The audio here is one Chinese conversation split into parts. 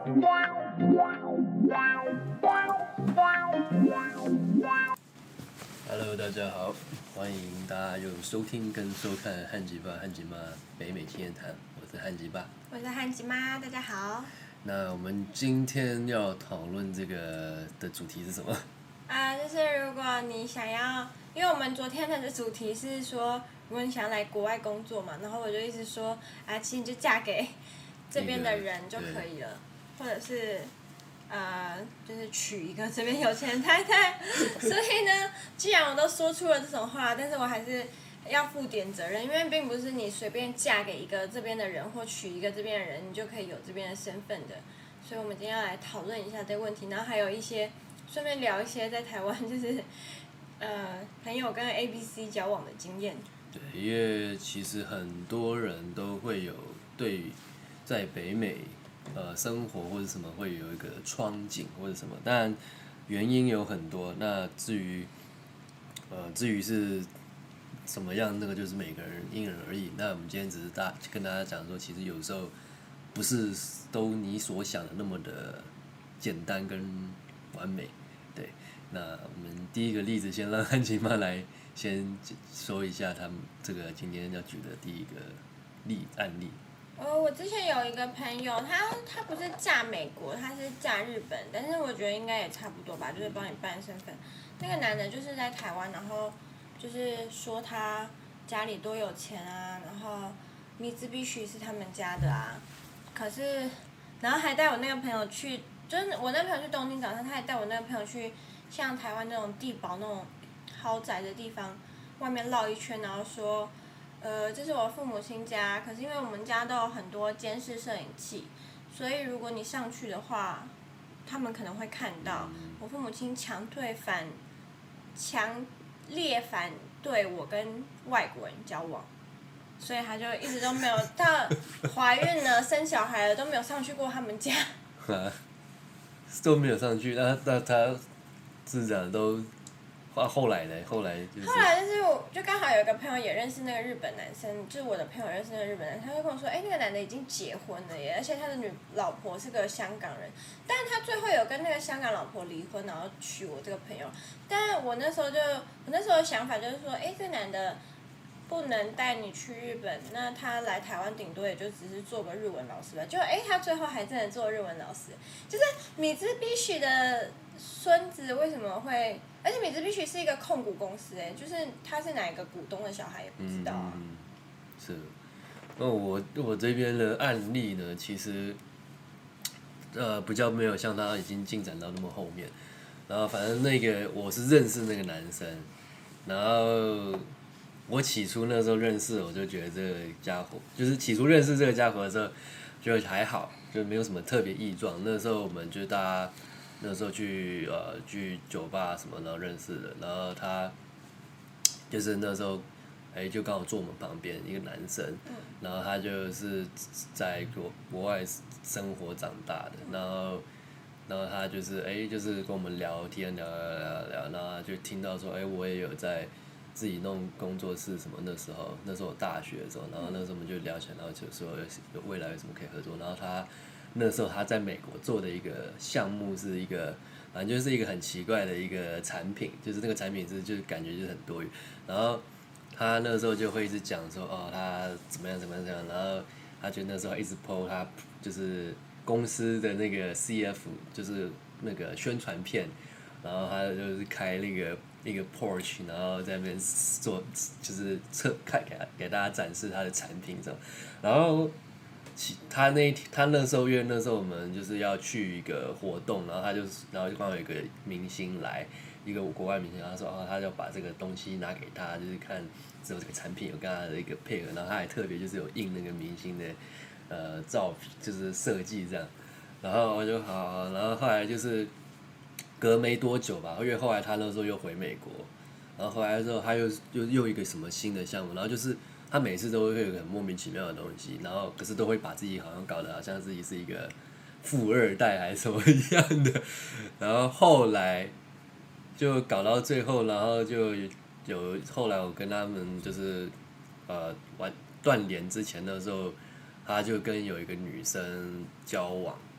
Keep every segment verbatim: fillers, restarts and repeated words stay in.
Hello， 大家好，欢迎大家又收听跟收看汉吉爸汉吉妈北美经验谈，我是汉吉爸， 我是汉吉妈，大家好。 那我们今天要讨论这个的主题是什么？ 啊、呃，就是如果你想要，因为我们昨天的主题是说，如果你想要来国外工作嘛，然后我就一直说，啊，其实你就嫁给这边的人就可以了，或者是。呃，就是娶一个这边有钱的太太，所以呢，既然我都说出了这种话，但是我还是要负点责任，因为并不是你随便嫁给一个这边的人或娶一个这边的人，你就可以有这边的身份的。所以我们今天要来讨论一下这个问题，然后还有一些顺便聊一些在台湾就是呃朋友跟 A B C 交往的经验。 对，因为其实很多人都会有对在北美。呃，生活或者什么会有一个憧憬或者什么，当然原因有很多。那至于呃，至于是什么样，那个就是每个人因人而异。那我们今天只是大跟大家讲说，其实有时候不是都你所想的那么的简单跟完美。对，那我们第一个例子先让汉琪妈来先说一下他们这个今天要举的第一个例案例。 呃，我之前有一个朋友，他他不是嫁美国，他是嫁日本，但是我觉得应该也差不多吧，就是帮你办身份。那个男的就是在台湾，然后就是说他家里多有钱啊，然后米兹必须是他们家的啊，可是然后还带我那个朋友去，就是我那个朋友去东京找他，他还带我那个朋友去像台湾那种地堡那种豪宅的地方，外面绕一圈，然后说。呃，这是我父母亲家，可是因为我们家都有很多监视摄影器，所以如果你上去的话，他们可能会看到。我父母亲强对反，强烈反对我跟外国人交往，所以他就一直都没有到怀孕了、生小孩了都没有上去过他们家。 啊，都没有上去，那那他是讲都。啊，后来呢？后来就是。 后来就是我，就刚好有一个朋友也认识那个日本男生，就是我的朋友认识那个日本男生，他就跟我说，哎、欸，那个男的已经结婚了耶，而且他的女老婆是个香港人，但是他最后有跟那个香港老婆离婚，然后娶我这个朋友。但是我那时候就，我那时候的想法就是说，哎、欸，这男的不能带你去日本，那他来台湾顶多也就只是做个日文老师吧。就哎、欸，他最后还真的做日文老师，就是米兹必须的孙子为什么会？而且米兹必须是一个控股公司，哎，就是他是哪一个股东的小孩也不知道啊。 嗯，是。那我我这边的案例呢，其实呃比较没有像他已经进展到那么后面。然后反正那个我是认识那个男生，然后我起初那时候认识，我就觉得这个家伙，就是起初认识这个家伙的时候，就还好，就没有什么特别异状。那时候我们就大家。那时候去呃去酒吧什么然后认识的，然后他就是那时候，哎、欸、就刚好坐我们旁边一个男生，然后他就是在国国外生活长大的，然后然后他就是哎、欸、就是跟我们聊天聊聊聊聊，然后就听到说哎、欸、我也有在自己弄工作室什么，那时候那时候我大学的时候，然后那时候我们就聊起来，然后就说有未来有什么可以合作，然后他。那时候他在美国做的一个项目是一个，反正就是一个很奇怪的一个产品，就是那个产品是就是感觉就是很多余，然后他那时候就会一直讲说哦他怎么样怎么样怎么样，然后他就那时候一直 po 他就是公司的那个 C F 就是那个宣传片，然后他就是开那个一个 porch， 然后在那边做就是测看给给大家展示他的产品这样，然后。他那他那时候因为那时候我们就是要去一个活动，然后他就然后就刚好有一个明星来，一个国外明星，他说哦他就把这个东西拿给他，就是看之后这个产品有跟他的一个配合，然后他还特别就是有印那个明星的呃照片，就是设计这样，然后我就好，然后后来就是隔没多久吧，因为后来他那时候又回美国，然后回来之后他又又又一个什么新的项目，然后就是。他每次都会有很莫名其妙的东西，然后可是都会把自己好像搞得好像自己是一个富二代还是什么一样的，然后后来就搞到最后，然后就有后来我跟他们就是呃完断联之前的时候，他就跟有一个女生交往，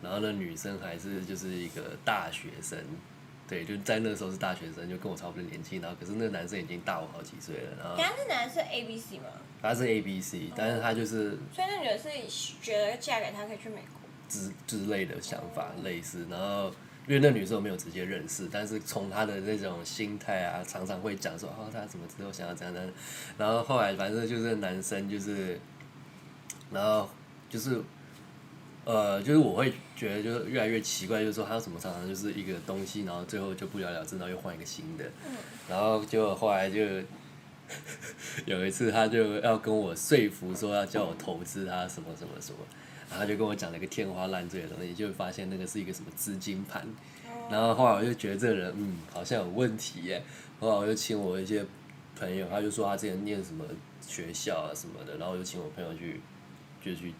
然后那女生还是就是一个大学生，对，就在那时候是大学生，就跟我差不多年纪，然后可是那个男生已经大我好几岁了，然后等下那男的是 A B C 吗？ 他是 A B C，但是他就是所以那女的是觉得嫁给他可以去美国之之类的想法类似，然后因为那女生我没有直接认识，但是从她的那种心态啊，常常会讲说哦，她怎么之后想要这样这样，然后后来反正就是男生就是，然后就是呃，就是我会觉得就是越来越奇怪，就是说他怎么常常就是一个东西，然后最后就不了了之，然后又换一个新的，然后就后来就有一次他就要跟我说服说要叫我投资他什么什么什么，然后他就跟我讲了一个天花乱坠的东西，就发现那个是一个什么资金盘，然后后来我就觉得这个人嗯好像有问题耶，后来我就请我一些朋友，他就说他之前念什么学校啊什么的，然后我就请我朋友去就去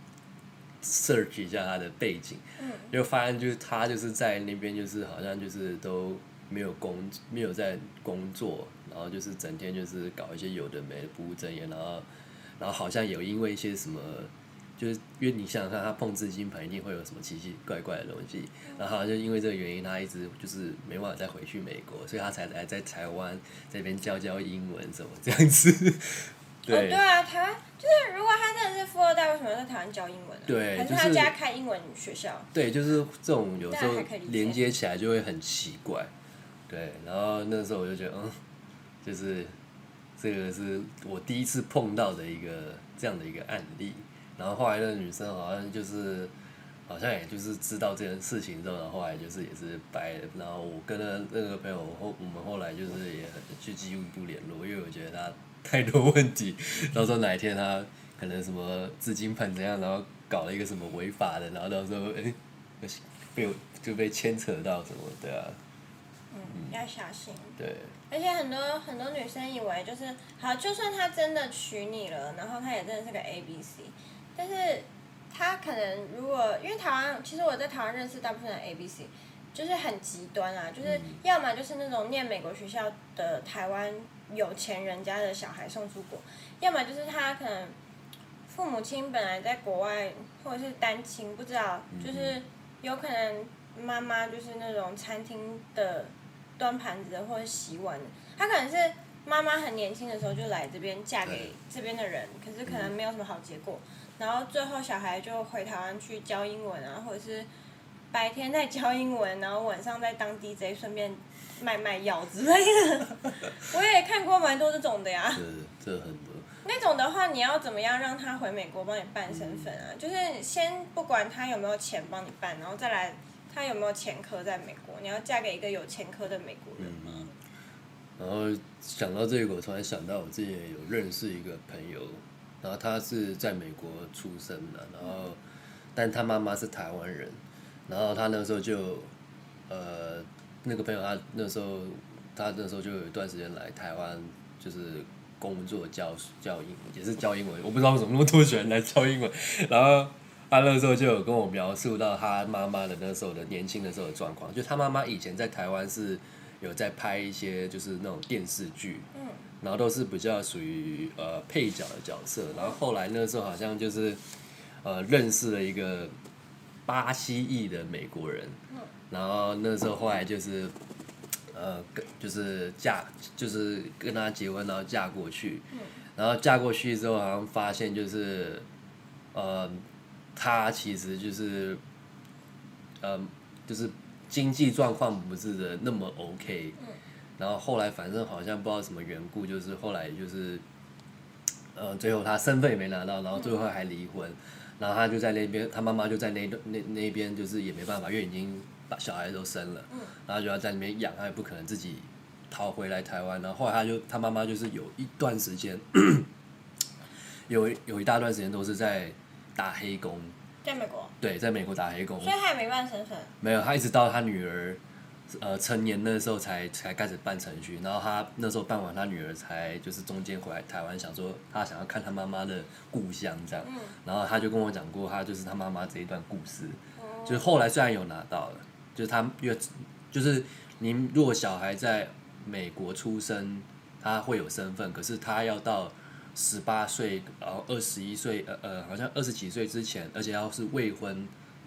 search 一下他的背景，就发现就是他就是在那边就是好像就是都没有工没有在工作，然后就是整天就是搞一些有的没的不务正业，然后然后好像有因为一些什么，就是因为你想想看，他碰资金盘一定会有什么奇奇怪怪的东西，然后好像就因为这个原因，他一直就是没办法再回去美国，所以他才来在台湾这边教教英文什么这样子。对， 哦，对啊，台湾就是如果他真的是富二代，为什么要在台湾教英文呢？ 对， 还是他家开英文学校？ 对，就是这种有时候这样还可以理解连接起来就会很奇怪。对，然后那时候我就觉得，嗯，就是这个是我第一次碰到的一个这样的一个案例。然后后来那个女生好像就是好像也就是知道这件事情之后，然后后来就是也是掰了。然后我跟那那个朋友后我们后来就是也就几乎不联络，因为我觉得他太多问题，到时候哪一天他可能什么资金盘怎样，然后搞了一个什么违法的，然后到时候哎、欸、被我就被牵扯到什么的啊。 嗯，要小心。 对。 而且很多很多女生以为就是好，就算他真的娶你了，然后他也真的是个 A B C， 但是他可能如果因为台湾，其实我在台湾认识大部分的 A B C， 就是很极端啊，就是要么就是那种念美国学校的台湾有钱人家的小孩送出国，要么就是他可能父母亲本来在国外或者是单亲，不知道，就是有可能妈妈就是那种餐厅的端盘子的或者洗碗的，他可能是妈妈很年轻的时候就来这边嫁给这边的人，可是可能没有什么好结果，然后最后小孩就回台湾去教英文啊，或者是白天在教英文，然后晚上在当 D J， 顺便卖卖药之类的。我也看过蛮多这种的呀。 是，这很多。 那种的话，你要怎么样让他回美国帮你办身份啊？就是先不管他有没有钱帮你办，然后再来他有没有前科在美国，你要嫁给一个有前科的美国人吗？ 嗯，然后想到这个，我突然想到我之前有认识一个朋友，然后他是在美国出生的，然后但他妈妈是台湾人，然后他那时候就呃那个朋友他那时候他那时候就有一段时间来台湾，就是工作教教英也是教英文，我不知道为什么那么多人来教英文，然后他那时候就有跟我描述到他妈妈的那时候的年轻的时候的状况，就他妈妈以前在台湾是有在拍一些就是那种电视剧，嗯，然后都是比较属于呃配角的角色，然后后来那时候好像就是呃认识了一个巴西裔的美国人，然后那时候后来就是呃跟就是嫁就是跟他结婚，然后嫁过去，然后嫁过去之后好像发现就是呃他其实就是呃就是经济状况不是的那么 OK，然后后来反正好像不知道什么缘故，就是后来就是呃最后他身份也没拿到，然后最后还离婚。然后他就在那边，他妈妈就在那那那边，就是也没办法，因为已经把小孩都生了，然后就要在那边养，他也不可能自己逃回来台湾。然后后来他就他妈妈就是有一段时间，有有一大段时间都是在打黑工。 在美国。 对，在美国打黑工。 所以他也没办身份。 没有，他一直到他女儿呃成年那时候才才开始办程序，然后他那时候办完，他女儿才就是中间回来台湾，想说他想要看他妈妈的故乡这样，然后他就跟我讲过他就是他妈妈这一段故事，就是后来虽然有拿到了，就是他越就是您如果小孩在美国出生，他会有身份，可是他要到十八岁，然后二十一岁，呃呃，好像二十几岁之前，而且要是未婚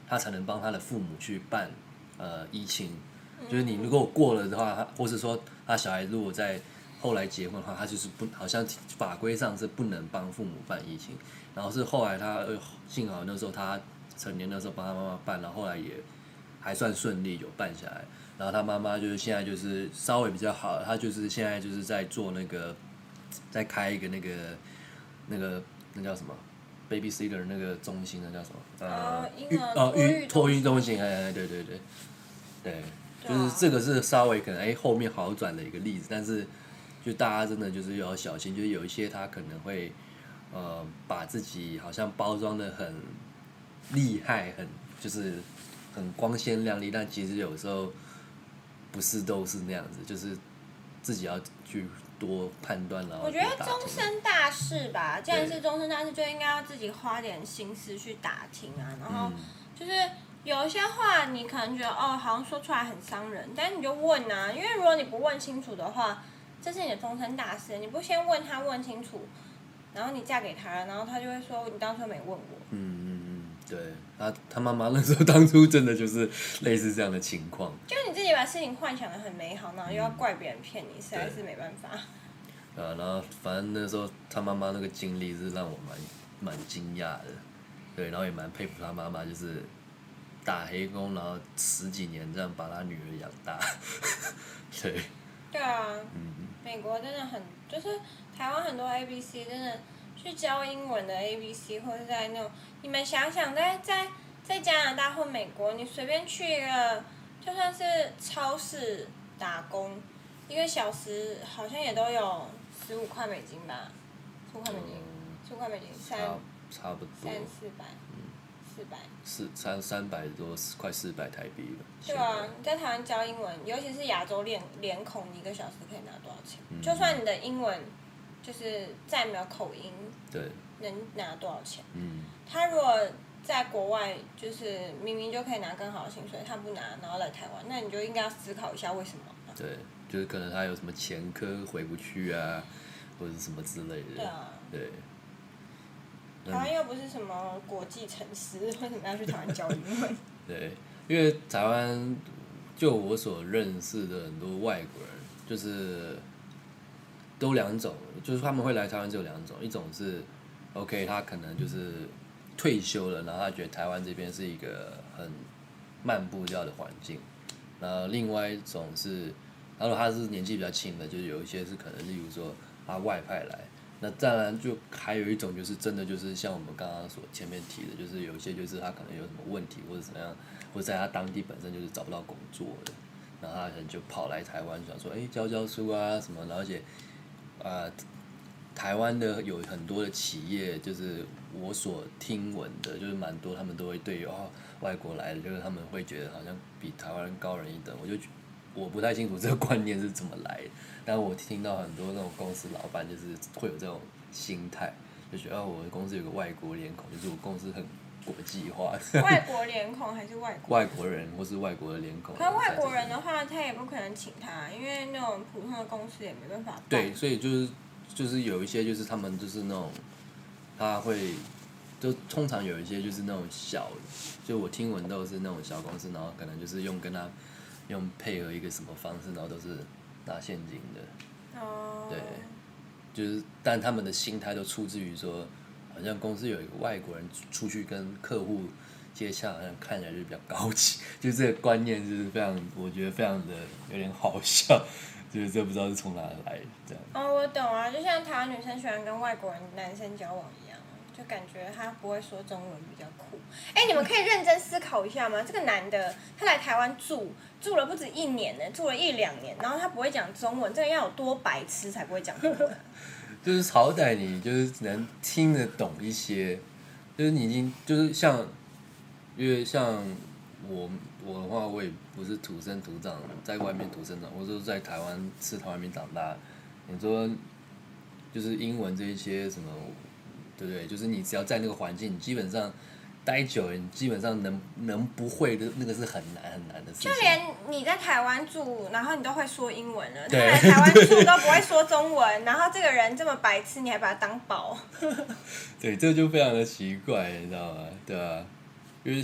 他才能帮他的父母去办呃依亲。就是你如果过了的话，或是说他小孩如果在后来结婚的话，他就是不好像法规上是不能帮父母办依亲。然后是后来他呃幸好那时候他成年的时候帮他妈妈办，然后后来也还算顺利有办下来。然后他妈妈就是现在就是稍微比较好，他就是现在就是在做那个，在开一个那个那个那叫什么 babysitter 那个中心，那叫什么？ 呃， 育呃育托育中心，哎，对对对，对，就是这个是稍微可能哎后面好转的一个例子，但是就大家真的就是要小心，就是有一些他可能会呃把自己好像包装的很厉害，很就是很光鲜亮丽，但其实有时候不是都是那样子，就是自己要去多判断了。 我觉得终身大事吧，既然是终身大事，就应该要自己花点心思去打听啊，然后就是有一些话你可能觉得哦好像说出来很伤人，但是你就问啊，因为如果你不问清楚的话，这是你的终身大事，你不先问他问清楚，然后你嫁给他，然后他就会说你当初没问我。 嗯嗯嗯，对，他他妈妈那时候当初真的就是类似这样的情况， 就是你自己把事情幻想的很美好，然后又要怪别人骗你，实在是没办法。 啊，然后反正那时候他妈妈那个经历是让我蛮蛮惊讶的，对，然后也蛮佩服他妈妈，就是打黑工，然后十几年这样把他女儿养大，对。 对啊， 嗯， 美国真的很，就是台湾很多 A B C 真的去教英文的 A B C， 或者在那种，你们想想在在在加拿大或美国，你随便去一个，就算是超市打工，一个小时好像也都有十五块美金吧，十五块美金，十五块美金，三差不多， 三四百，四百， 四三三百多，快四百台币了。 对啊，你在台湾教英文，尤其是亚洲脸脸孔，你一个小时可以拿多少钱？ 嗯、 就算你的英文就是再没有口音， 对， 能拿多少钱？ 嗯， 他如果在国外，就是明明就可以拿更好的薪水，他不拿，然后来台湾，那你就应该要思考一下为什么。 对，就是可能他有什么前科回不去啊，或者什么之类的。 对啊。 对。 台湾又不是什么国际城市，为什么要去台湾教英文？ 对，因为台湾就我所认识的很多外国人，就是都两种，就是他们会来台湾只有两种，一种是 OK， 他可能就是退休了，然后他觉得台湾这边是一个很慢步调的环境，然后另外一种是，如果他是年纪比较轻的，就是有一些是可能例如说他外派来。那当然，就还有一种就是真的就是像我们刚刚所前面提的，就是有一些就是他可能有什么问题或者怎么样，或者在他当地本身就是找不到工作的，然后他可能就跑来台湾想说，哎、欸，教教书啊什么，而且，呃，台湾的有很多的企业，就是我所听闻的，就是蛮多他们都会对哦外国来的，就是他们会觉得好像比台湾人高人一等，我就我不太清楚这个观念是怎么来的。但我听到很多那种公司老板就是会有这种心态，就觉得我的公司有个外国脸孔，就是我公司很国际化。 外国脸孔还是外国？ 外国人或是外国的脸孔。 可是外国人的话，他也不可能请他，因为那种普通的公司也没办法。 对，所以就是就是有一些就是他们就是那种，他会就通常有一些就是那种小，就我听闻都是那种小公司，然后可能就是用跟他用配合一个什么方式，然后都是。拿现金的， 哦， 对，就是但他们的心态都出自于说，好像公司有一个外国人出去跟客户接洽，好像看起来就比较高级，就这个观念就是非常，我觉得非常的有点好笑，就是这不知道是从哪来的这样。 哦，我懂啊，就像台湾女生喜欢跟外国人男生交往一样，就感觉他不会说中文比较酷。哎、欸，你们可以认真思考一下吗？这个男的他来台湾住。住了不止一年呢，住了一两年，然后他不会讲中文，这个要有多白痴才不会讲中文？ 就是好歹你就是能听得懂一些，就是你已经就是像，因为像我我的话，我也不是土生土长在外面土生长，我是在台湾吃台湾面长大。你说就是英文这一些什么，对不对？就是你只要在那个环境，你基本上。待久了，你基本上能能不会的那个是很难很难的事情。 就连你在台湾住，然后你都会说英文了，他来台湾住都不会说中文，然后这个人这么白痴，你还把他当宝？ 对，这就非常的奇怪，你知道吗？对啊，因为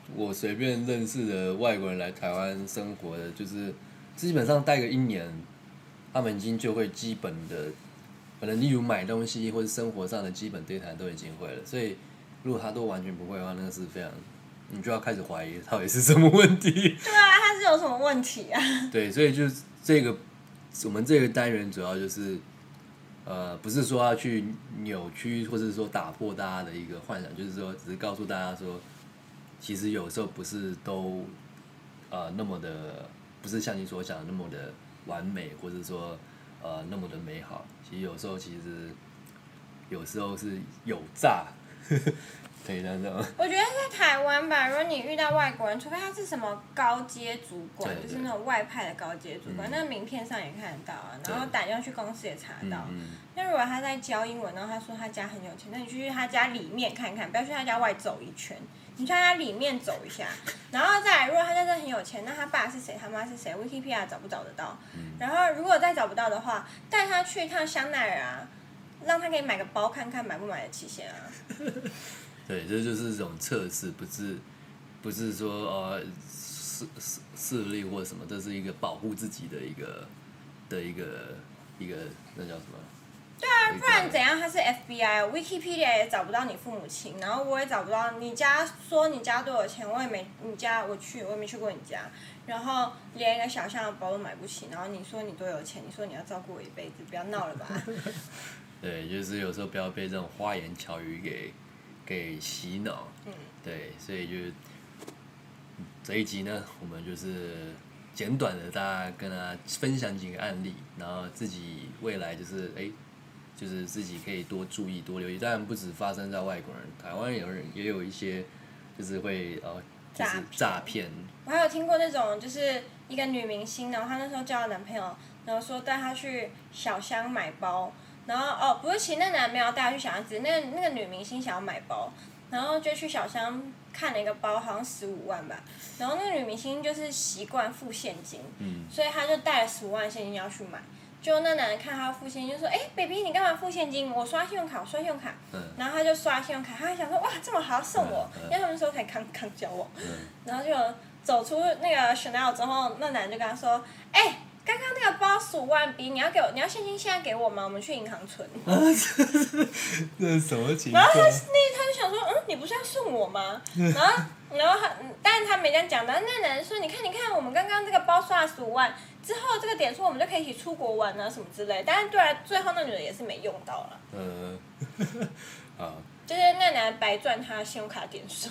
我随便认识的外国人来台湾生活的，就是基本上待个一年，他们已经就会基本的，可能例如买东西或者生活上的基本对谈都已经会了。所以如果他都完全不会的话，那个是非常，你就要开始怀疑到底是什么问题。 对啊，他是有什么问题啊？ 对，所以就是这个我们这个单元主要就是。呃，不是说要去扭曲或者说打破大家的一个幻想，就是说只是告诉大家说，其实有时候不是都呃那么的，不是像你所想的那么的完美，或者说呃那么的美好。其实有时候其实有时候是有诈，可以这样讲。 我觉得在台湾吧，如果你遇到外国人，除非他是什么高阶主管， 对对就是那种外派的高阶主管， 嗯、 那个名片上也看得到啊，然后打电话去公司也查得到。 嗯嗯、 那如果他在教英文，然后他说他家很有钱，那你去他家里面看看，不要去他家外走一圈，你去他家里面走一下，然后再来，如果他真的很有钱，那他爸是谁，他妈是谁 ，Wikipedia 找不找得到？ 嗯、 然后如果再找不到的话，带他去一趟香奈儿啊，让他可以买个包看看买不买得起先啊。 对，这就是这种测试，不是不是说呃势势势力或什么，这是一个保护自己的一个的一个一个那叫什么？ 对啊，不然怎样？他是 F B I，Wikipedia 也找不到你父母亲，然后我也找不到你家，说你家多少钱，我也没你家我去，我也没去过你家，然后连一个小象的包都买不起，然后你说你多有钱，你说你要照顾我一辈子，不要闹了吧？ 对，就是有时候不要被这种花言巧语给。给洗脑， 嗯， 对，所以就这一集呢，我们就是简短的，大家跟大家分享几个案例，然后自己未来就是哎，就是自己可以多注意、多留意。当然不止发生在外国人，台湾有人也有一些就是会呃，就是诈骗。 我还有听过那种，就是一个女明星，然后她那时候交了男朋友，然后说带她去小香买包。然后哦，不是，其实那男没有带她去小香，只是那个那个女明星想要买包，然后就去小香看了一个包，好像十五万吧。然后那个女明星就是习惯付现金， 嗯， 所以她就带了十五万现金要去买。就那男的看她付现金，就说：“哎、欸、，baby， 你干嘛付现金？我刷信用卡，我刷信用卡。 嗯”然后他就刷信用卡，他还想说：“哇，这么好送我！” 嗯嗯、 因为他们那时候才刚刚交往。 嗯、 然后就走出那个 Chanel 之后，那男的就跟他说：“哎、欸。”刚刚那个包十五万比你要给我，你要现金现在给我吗？我们去银行存。 啊，这是这是什么情况？ 然后他那他就想说，嗯，你不是要送我吗？然后然后他，但是他没这样讲的。那男人说，你看你看，我们刚刚这个包刷了十五万之后，这个点数我们就可以一起出国玩啊什么之类的。但是对啊，最后那女人也是没用到了。 呃，啊。 就是那男人白赚他信用卡点数。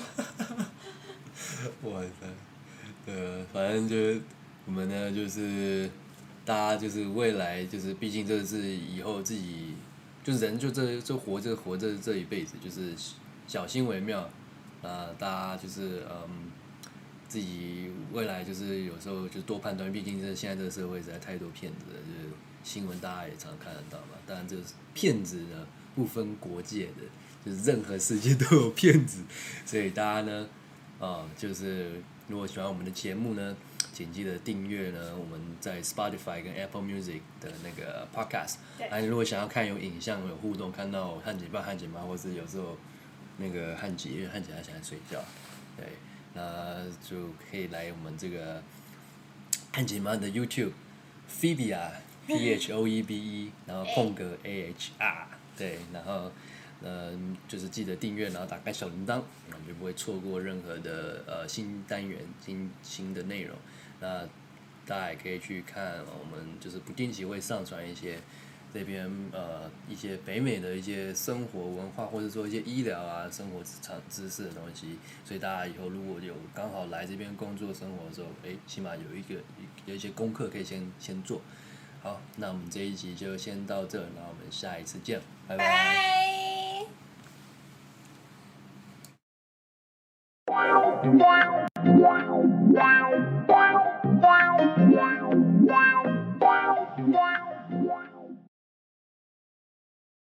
哇塞，呃，反正就是我们呢，就是大家就是未来就是，毕竟这是以后自己，就人就这就活着活着这一辈子，就是小心为妙。啊，大家就是嗯，自己未来就是有时候就多判断，毕竟这现在这个社会实在太多骗子了，就是新闻大家也常看得到嘛。当然，这个骗子呢不分国界的，就是任何世界都有骗子，所以大家呢。啊、嗯，就是如果喜欢我们的节目呢，请记得订阅呢。我们在 Spotify 跟 Apple Music 的那个 Podcast。那如果想要看有影像、有互动，看到汉姐爸、汉姐妈，或是有时候那个汉姐，因为汉姐她想睡觉，对，那就可以来我们这个汉姐妈的 YouTube，Phoebe 啊 ，P H O E B E， 然后空格 A H R， 对，然后。呃，就是记得订阅，然后打开小铃铛，那就不会错过任何的呃新单元、新新的内容。那大家也可以去看，我们就是不定期会上传一些这边呃一些北美的一些生活文化，或者说一些医疗啊、生活常知识的东西。所以大家以后如果有刚好来这边工作生活的时候，哎，起码有一个有一些功课可以先先做。好，那我们这一集就先到这，然后我们下一次见，拜拜。 拜。 Wow, wow, wow, wow.